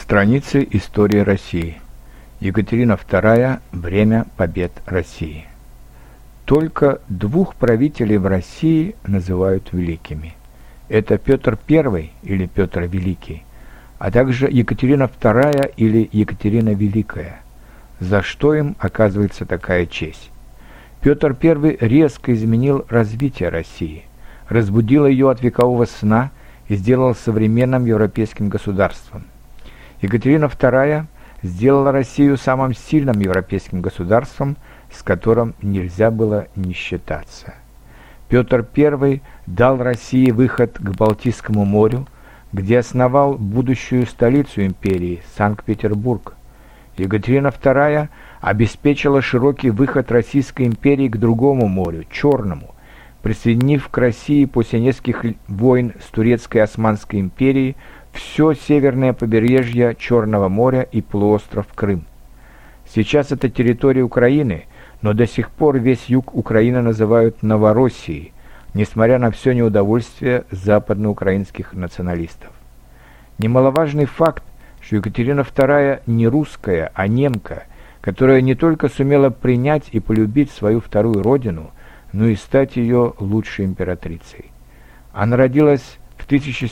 Страницы истории России. Екатерина II. Время побед России. Только двух правителей в России называют великими. Это Петр I или Петр Великий, а также Екатерина II или Екатерина Великая. За что им оказывается такая честь? Петр I резко изменил развитие России, разбудил ее от векового сна и сделал современным европейским государством. Екатерина II сделала Россию самым сильным европейским государством, с которым нельзя было не считаться. Петр I дал России выход к Балтийскому морю, где основал будущую столицу империи – Санкт-Петербург. Екатерина II обеспечила широкий выход Российской империи к другому морю – Черному, присоединив к России после нескольких войн с Турецкой Османской империей все северное побережье Черного моря и полуостров Крым. Сейчас это территория Украины, но до сих пор весь юг Украины называют Новороссией, несмотря на все неудовольствие западноукраинских националистов. Немаловажный факт, что Екатерина II не русская, а немка, которая не только сумела принять и полюбить свою вторую родину, но и стать ее лучшей императрицей. Она родилась в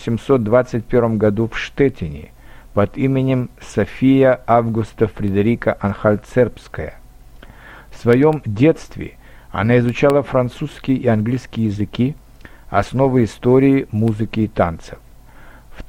1721 году в Штеттине под именем София Августа Фредерика Анхальцербская. В своем детстве она изучала французский и английский языки, основы истории, музыки и танцев. В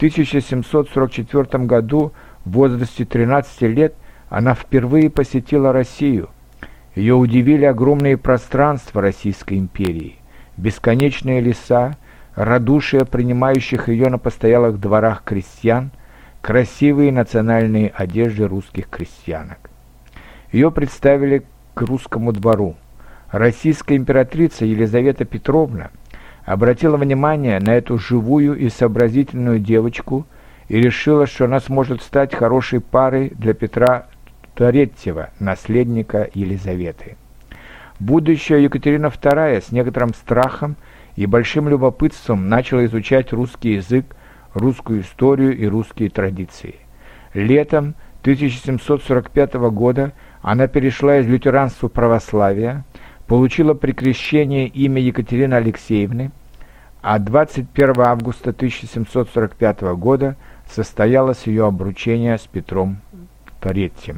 1744 году в возрасте 13 лет она впервые посетила Россию. Ее удивили огромные пространства Российской империи, бесконечные леса, радушие принимающих ее на постоялых дворах крестьян, красивые национальные одежды русских крестьянок. Ее представили к русскому двору. Российская императрица Елизавета Петровна обратила внимание на эту живую и сообразительную девочку и решила, что она сможет стать хорошей парой для Петра III, наследника Елизаветы. Будущая Екатерина II с некоторым страхом и большим любопытством начала изучать русский язык, русскую историю и русские традиции. Летом 1745 года она перешла из лютеранства в православие, получила при крещении имя Екатерины Алексеевны, а 21 августа 1745 года состоялось ее обручение с Петром III.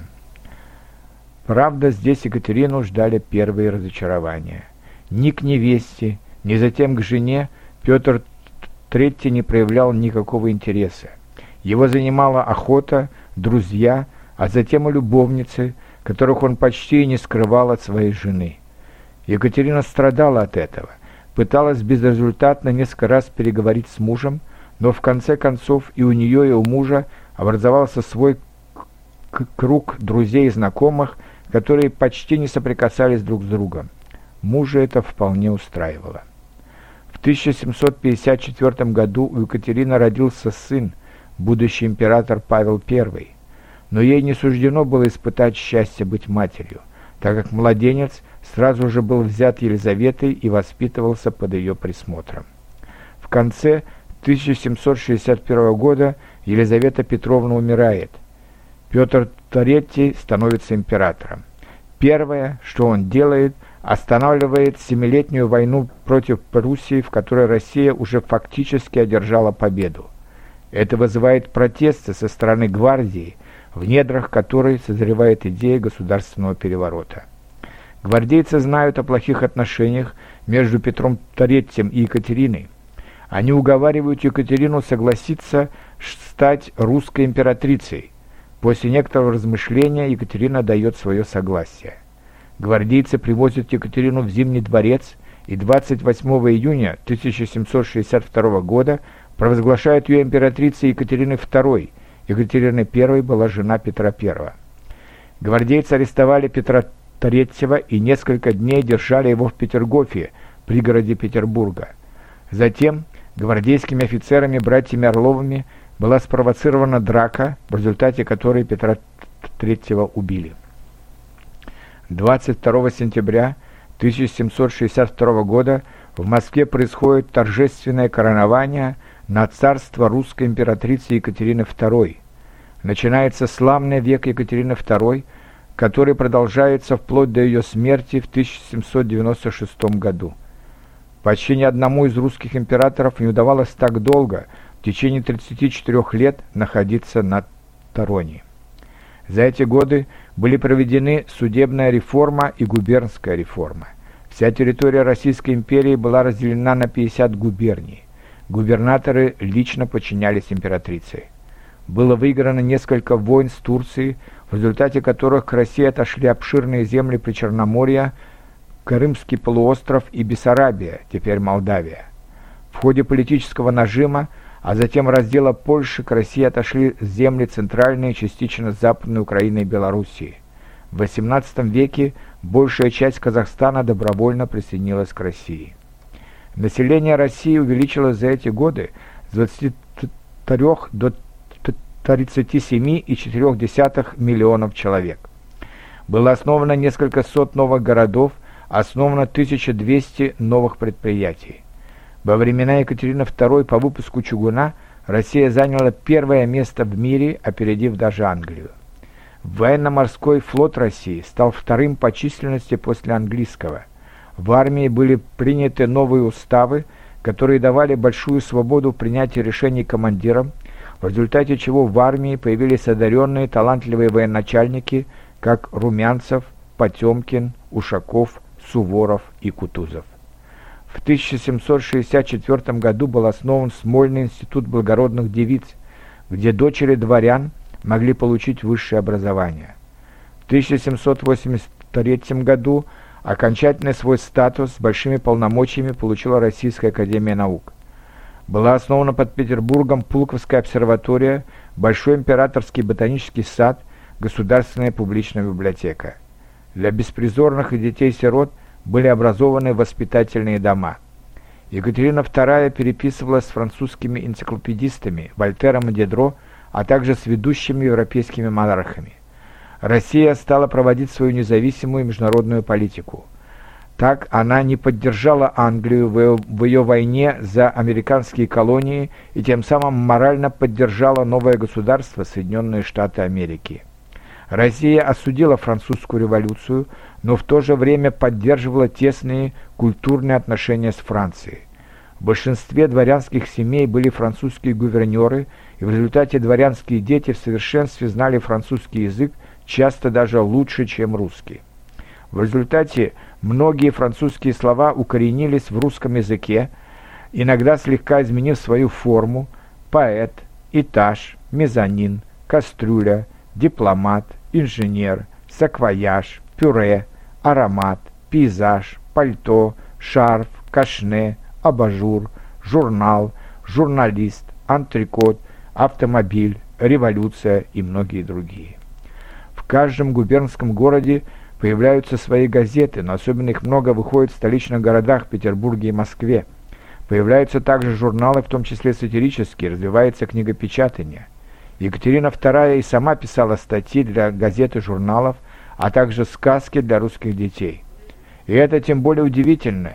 Правда, здесь Екатерину ждали первые разочарования. Ни к невесте, ни затем к жене Петр III не проявлял никакого интереса. Его занимала охота, друзья, а затем и любовницы, которых он почти не скрывал от своей жены. Екатерина страдала от этого, пыталась безрезультатно несколько раз переговорить с мужем, но в конце концов и у нее, и у мужа образовался свой круг друзей и знакомых, которые почти не соприкасались друг с другом. Мужа это вполне устраивало. В 1754 году у Екатерины родился сын, будущий император Павел I, но ей не суждено было испытать счастье быть матерью, так как младенец сразу же был взят Елизаветой и воспитывался под ее присмотром. В конце 1761 года Елизавета Петровна умирает. Петр III становится императором. Первое, что он делает, останавливает семилетнюю войну против Пруссии, в которой Россия уже фактически одержала победу. Это вызывает протесты со стороны гвардии, в недрах которой созревает идея государственного переворота. Гвардейцы знают о плохих отношениях между Петром III и Екатериной. Они уговаривают Екатерину согласиться стать русской императрицей. После некоторого размышления Екатерина дает свое согласие. Гвардейцы привозят Екатерину в Зимний дворец и 28 июня 1762 года провозглашают ее императрицей Екатериной II. Екатерина I была жена Петра I. Гвардейцы арестовали Петра III и несколько дней держали его в Петергофе, пригороде Петербурга. Затем гвардейскими офицерами братьями Орловыми была спровоцирована драка, в результате которой Петра III убили. 22 сентября 1762 года в Москве происходит торжественное коронование на царство русской императрицы Екатерины II. начинается славный век Екатерины II, который продолжается вплоть до ее смерти в 1796 году. Почти ни одному из русских императоров не удавалось так долго, в течение 34 лет, находиться на троне. За эти годы были проведены судебная реформа и губернская реформа. Вся территория Российской империи была разделена на 50 губерний. Губернаторы лично подчинялись императрице. Было выиграно несколько войн с Турцией, в результате которых к России отошли обширные земли Причерноморья, Крымский полуостров и Бессарабия, теперь Молдавия. В ходе политического нажима, а затем раздела Польши, к России отошли земли Центральной и частично Западной Украины и Белоруссии. В XVIII веке большая часть Казахстана добровольно присоединилась к России. Население России увеличилось за эти годы с 23 до 37,4 миллионов человек. Было основано несколько сот новых городов, основано 1200 новых предприятий. Во времена Екатерины II по выпуску чугуна Россия заняла первое место в мире, опередив даже Англию. Военно-морской флот России стал вторым по численности после английского. В армии были приняты новые уставы, которые давали большую свободу в принятии решений командирам, в результате чего в армии появились одаренные талантливые военачальники, как Румянцев, Потемкин, Ушаков, Суворов и Кутузов. В 1764 году был основан Смольный институт благородных девиц, где дочери дворян могли получить высшее образование. В 1783 году окончательно свой статус с большими полномочиями получила Российская академия наук. Была основана под Петербургом Пулковская обсерватория, Большой императорский ботанический сад, Государственная публичная библиотека. Для беспризорных и детей-сирот были образованы воспитательные дома. Екатерина II переписывалась с французскими энциклопедистами Вольтером и Дидро, а также с ведущими европейскими монархами. Россия стала проводить свою независимую международную политику. Так она не поддержала Англию в ее войне за американские колонии и тем самым морально поддержала новое государство Соединенные Штаты Америки. Россия осудила французскую революцию, но в то же время поддерживала тесные культурные отношения с Францией. В большинстве дворянских семей были французские гувернеры, и в результате дворянские дети в совершенстве знали французский язык, часто даже лучше, чем русский. В результате многие французские слова укоренились в русском языке, иногда слегка изменив свою форму: поэт, этаж, мезонин, кастрюля, дипломат, инженер, саквояж, пюре, аромат, пейзаж, пальто, шарф, кашне, абажур, журнал, журналист, антрикот, автомобиль, революция и многие другие. В каждом губернском городе появляются свои газеты, но особенно их много выходит в столичных городах Петербурге и Москве. Появляются также журналы, в том числе сатирические, развивается книгопечатание. Екатерина II и сама писала статьи для газет и журналов, а также сказки для русских детей. И это тем более удивительно,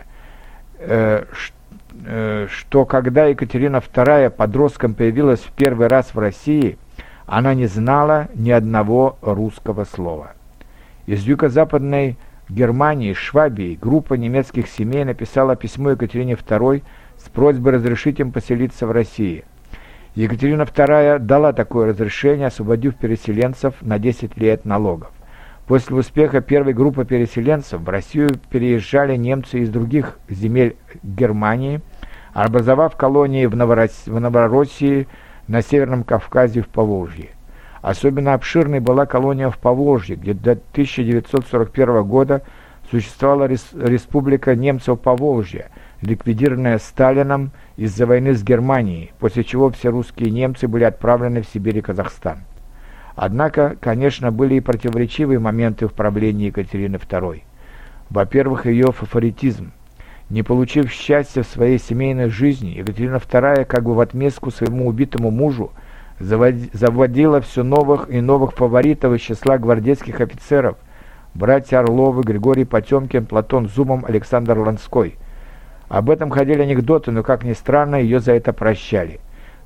что когда Екатерина II подростком появилась в первый раз в России, она не знала ни одного русского слова. Из юго-западной Германии, Швабии, группа немецких семей написала письмо Екатерине II с просьбой разрешить им поселиться в России. Екатерина II дала такое разрешение, освободив переселенцев на 10 лет налогов. После успеха первой группы переселенцев в Россию переезжали немцы из других земель Германии, образовав колонии в Новороссии, на Северном Кавказе и в Поволжье. Особенно обширной была колония в Поволжье, где до 1941 года существовала республика немцев Поволжья, ликвидированная Сталином из-за войны с Германией, после чего все русские немцы были отправлены в Сибирь и Казахстан. Однако, конечно, были и противоречивые моменты в правлении Екатерины II. Во-первых, ее фаворитизм. Не получив счастья в своей семейной жизни, Екатерина II, как бы в отместку своему убитому мужу, заводила все новых и новых фаворитов из числа гвардейских офицеров: братья Орловы, Григорий Потемкин, Платон Зумом, Александр Ланской. Об этом ходили анекдоты, но, как ни странно, ее за это прощали.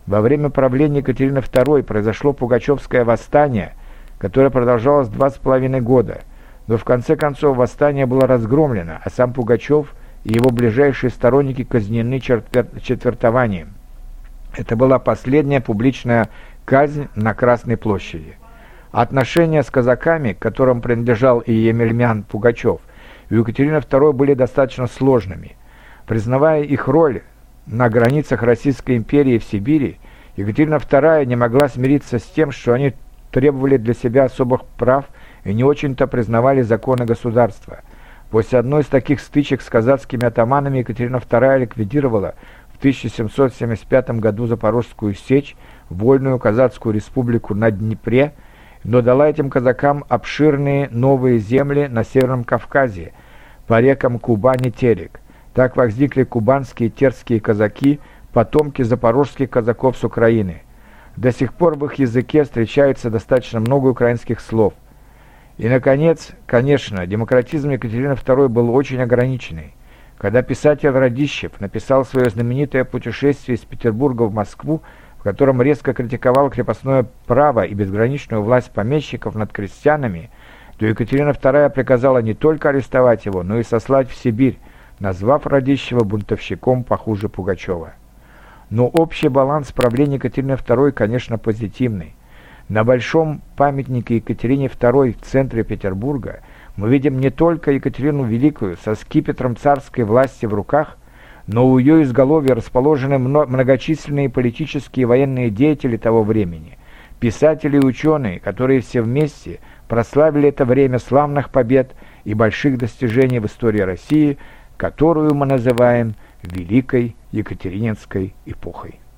Во время правления Екатерины II произошло Пугачевское восстание, которое продолжалось 2,5 года, но в конце концов восстание было разгромлено, а сам Пугачев и его ближайшие сторонники казнены четвертованием. Это была последняя публичная казнь на Красной площади. Отношения с казаками, к которым принадлежал и Емельян Пугачев, у Екатерины II были достаточно сложными. Признавая их роль на границах Российской империи в Сибири, Екатерина II не могла смириться с тем, что они требовали для себя особых прав и не очень-то признавали законы государства. После одной из таких стычек с казацкими атаманами Екатерина II ликвидировала в 1775 году Запорожскую сечь, вольную казацкую республику на Днепре, но дала этим казакам обширные новые земли на Северном Кавказе, по рекам Кубань и Терек. Так возникли кубанские и терские казаки, потомки запорожских казаков с Украины. До сих пор в их языке встречается достаточно много украинских слов. И, наконец, конечно, демократизм Екатерины II был очень ограниченный. Когда писатель Радищев написал свое знаменитое путешествие из Петербурга в Москву, в котором резко критиковал крепостное право и безграничную власть помещиков над крестьянами, то Екатерина II приказала не только арестовать его, но и сослать в Сибирь, назвав Радищева бунтовщиком похуже Пугачева. Но общий баланс правления Екатерины II, конечно, позитивный. На большом памятнике Екатерине II в центре Петербурга мы видим не только Екатерину Великую со скипетром царской власти в руках, но у ее изголовья расположены многочисленные политические и военные деятели того времени, писатели и ученые, которые все вместе прославили это время славных побед и больших достижений в истории России, которую мы называем Великой Екатерининской эпохой.